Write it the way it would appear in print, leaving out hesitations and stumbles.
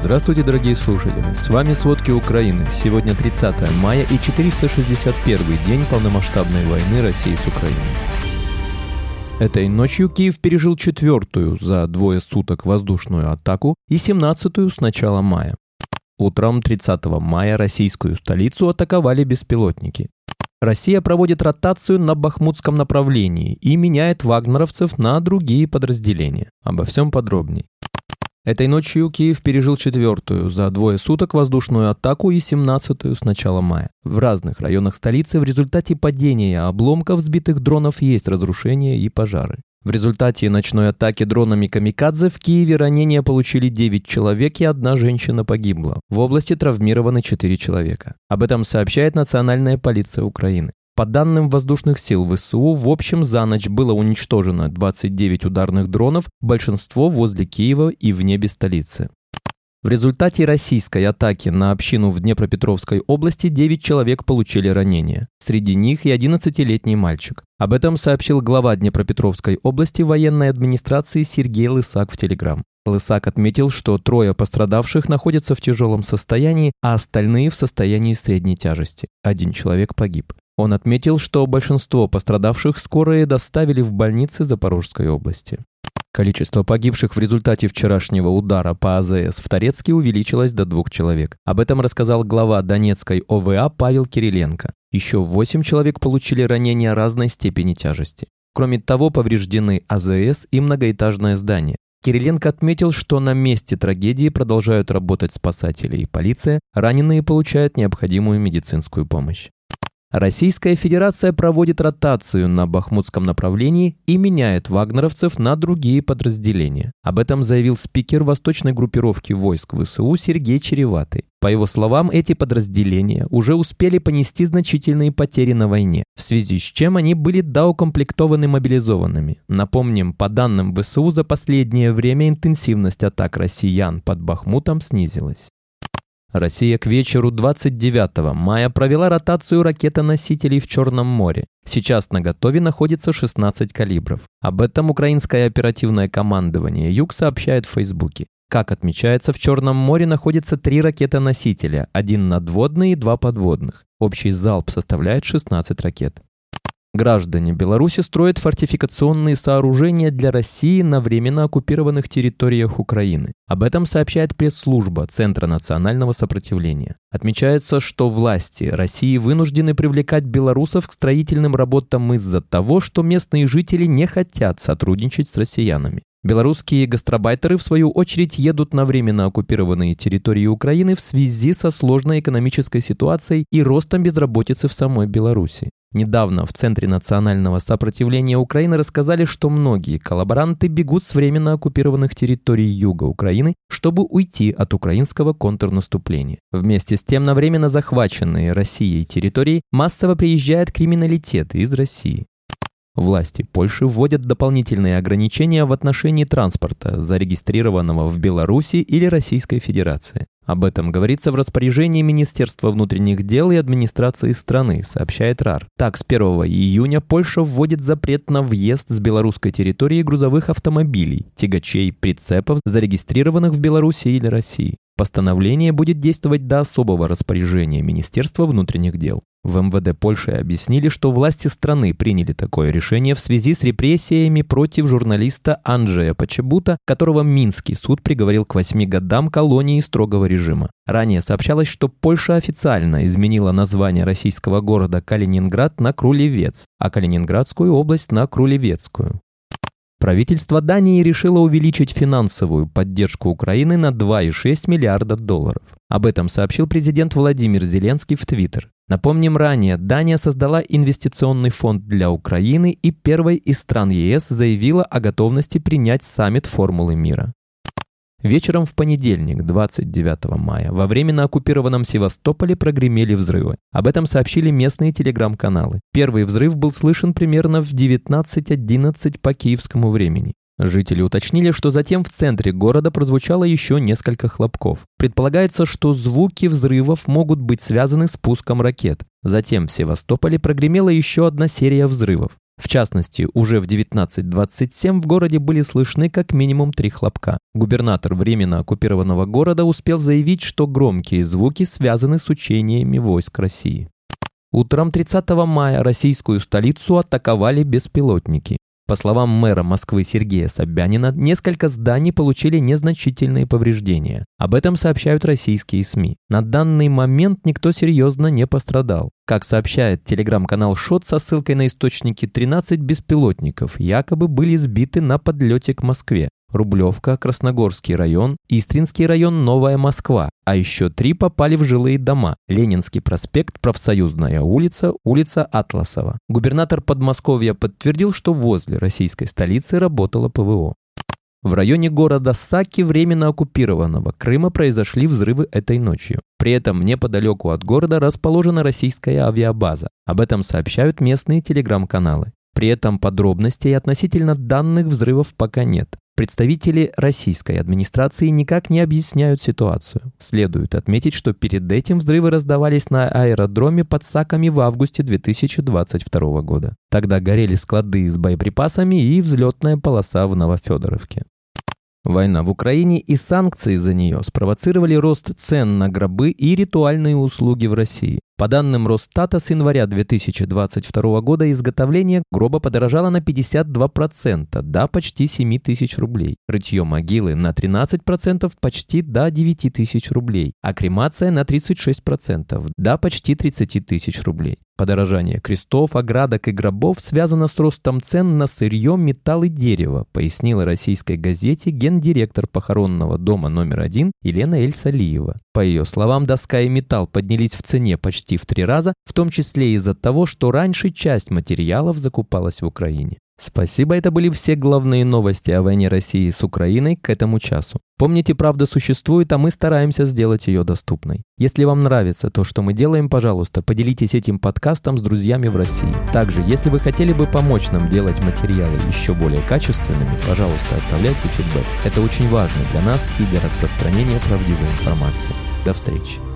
Здравствуйте, дорогие слушатели! С вами «Сводки Украины». Сегодня 30 мая и 461-й день полномасштабной войны России с Украиной. Этой ночью Киев пережил 4-ю за двое суток воздушную атаку и 17-ю с начала мая. Утром 30 мая российскую столицу атаковали беспилотники. Россия проводит ротацию на бахмутском направлении и меняет вагнеровцев на другие подразделения. Обо всем подробней. Этой ночью Киев пережил 4-ю за двое суток воздушную атаку и 17-ю с начала мая. В разных районах столицы в результате падения обломков сбитых дронов есть разрушения и пожары. В результате ночной атаки дронами «Камикадзе» в Киеве ранения получили 9 человек и 1 женщина погибла. В области травмированы 4 человека. Об этом сообщает Национальная полиция Украины. По данным воздушных сил ВСУ, в общем за ночь было уничтожено 29 ударных дронов, большинство возле Киева и в небе столицы. В результате российской атаки на общину в Днепропетровской области 9 человек получили ранения. Среди них и 11-летний мальчик. Об этом сообщил глава Днепропетровской области военной администрации Сергей Лысак в Телеграм. Лысак отметил, что 3 пострадавших находятся в тяжелом состоянии, а остальные в состоянии средней тяжести. 1 человек погиб. Он отметил, что большинство пострадавших скорые доставили в больницы Запорожской области. Количество погибших в результате вчерашнего удара по АЗС в Торецке увеличилось до 2 человек. Об этом рассказал глава Донецкой ОВА Павел Кириленко. Еще 8 человек получили ранения разной степени тяжести. Кроме того, повреждены АЗС и многоэтажное здание. Кириленко отметил, что на месте трагедии продолжают работать спасатели и полиция, раненые получают необходимую медицинскую помощь. Российская Федерация проводит ротацию на бахмутском направлении и меняет вагнеровцев на другие подразделения. Об этом заявил спикер восточной группировки войск ВСУ Сергей Череватый. По его словам, эти подразделения уже успели понести значительные потери на войне, в связи с чем они были доукомплектованы мобилизованными. Напомним, по данным ВСУ, за последнее время интенсивность атак россиян под Бахмутом снизилась. Россия к вечеру 29 мая провела ротацию ракетоносителей в Черном море. Сейчас наготове находится 16 калибров. Об этом украинское оперативное командование «Юг» сообщает в Фейсбуке. Как отмечается, в Черном море находится 3 ракетоносителя, 1 надводный и 2 подводных. Общий залп составляет 16 ракет. Граждане Беларуси строят фортификационные сооружения для России на временно оккупированных территориях Украины. Об этом сообщает пресс-служба Центра национального сопротивления. Отмечается, что власти России вынуждены привлекать белорусов к строительным работам из-за того, что местные жители не хотят сотрудничать с россиянами. Белорусские гастарбайтеры, в свою очередь, едут на временно оккупированные территории Украины в связи со сложной экономической ситуацией и ростом безработицы в самой Беларуси. Недавно в Центре национального сопротивления Украины рассказали, что многие коллаборанты бегут с временно оккупированных территорий юга Украины, чтобы уйти от украинского контрнаступления. Вместе с тем на временно захваченные Россией территории массово приезжает криминалитет из России. Власти Польши вводят дополнительные ограничения в отношении транспорта, зарегистрированного в Беларуси или Российской Федерации. Об этом говорится в распоряжении Министерства внутренних дел и администрации страны, сообщает РАР. Так, с 1 июня Польша вводит запрет на въезд с белорусской территории грузовых автомобилей, тягачей, прицепов, зарегистрированных в Беларуси или России. Постановление будет действовать до особого распоряжения Министерства внутренних дел. В МВД Польши объяснили, что власти страны приняли такое решение в связи с репрессиями против журналиста Анджея Почебута, которого Минский суд приговорил к 8 годам колонии строгого режима. Ранее сообщалось, что Польша официально изменила название российского города Калининград на Крулевец, а Калининградскую область на Крулевецкую. Правительство Дании решило увеличить финансовую поддержку Украины на $2,6 миллиарда. Об этом сообщил президент Владимир Зеленский в Твиттер. Напомним, ранее Дания создала инвестиционный фонд для Украины и первой из стран ЕС заявила о готовности принять саммит Формулы мира. Вечером в понедельник, 29 мая, во временно оккупированном Севастополе прогремели взрывы. Об этом сообщили местные телеграм-каналы. Первый взрыв был слышен примерно в 19:11 по киевскому времени. Жители уточнили, что затем в центре города прозвучало еще несколько хлопков. Предполагается, что звуки взрывов могут быть связаны с пуском ракет. Затем в Севастополе прогремела еще одна серия взрывов. В частности, уже в 19:27 в городе были слышны как минимум 3 хлопка. Губернатор временно оккупированного города успел заявить, что громкие звуки связаны с учениями войск России. Утром 30 мая российскую столицу атаковали беспилотники. По словам мэра Москвы Сергея Собянина, несколько зданий получили незначительные повреждения. Об этом сообщают российские СМИ. На данный момент никто серьезно не пострадал. Как сообщает телеграм-канал ШОТ со ссылкой на источники, 13 беспилотников якобы были сбиты на подлете к Москве. Рублевка, Красногорский район, Истринский район, Новая Москва. А еще 3 попали в жилые дома. Ленинский проспект, Профсоюзная улица, улица Атласова. Губернатор Подмосковья подтвердил, что возле российской столицы работало ПВО. В районе города Саки, временно оккупированного Крыма, произошли взрывы этой ночью. При этом неподалеку от города расположена российская авиабаза. Об этом сообщают местные телеграм-каналы. При этом подробностей относительно данных взрывов пока нет. Представители российской администрации никак не объясняют ситуацию. Следует отметить, что перед этим взрывы раздавались на аэродроме под Саками в августе 2022 года. Тогда горели склады с боеприпасами и взлетная полоса в Новофедоровке. Война в Украине и санкции за нее спровоцировали рост цен на гробы и ритуальные услуги в России. По данным Росстата, с января 2022 года изготовление гроба подорожало на 52%, до почти 7 тысяч рублей. Рытье могилы на 13%, почти до 9 тысяч рублей, а кремация на 36%, до почти 30 тысяч рублей. Подорожание крестов, оградок и гробов связано с ростом цен на сырье, металл и дерево, пояснила российской газете гендиректор похоронного дома номер 1 Елена Эль-Салиева. По ее словам, доска и металл поднялись в цене почти в 3 раза, в том числе из-за того, что раньше часть материалов закупалась в Украине. Спасибо, это были все главные новости о войне России с Украиной к этому часу. Помните, правда существует, а мы стараемся сделать ее доступной. Если вам нравится то, что мы делаем, пожалуйста, поделитесь этим подкастом с друзьями в России. Также, если вы хотели бы помочь нам делать материалы еще более качественными, пожалуйста, оставляйте фидбэк. Это очень важно для нас и для распространения правдивой информации. До встречи.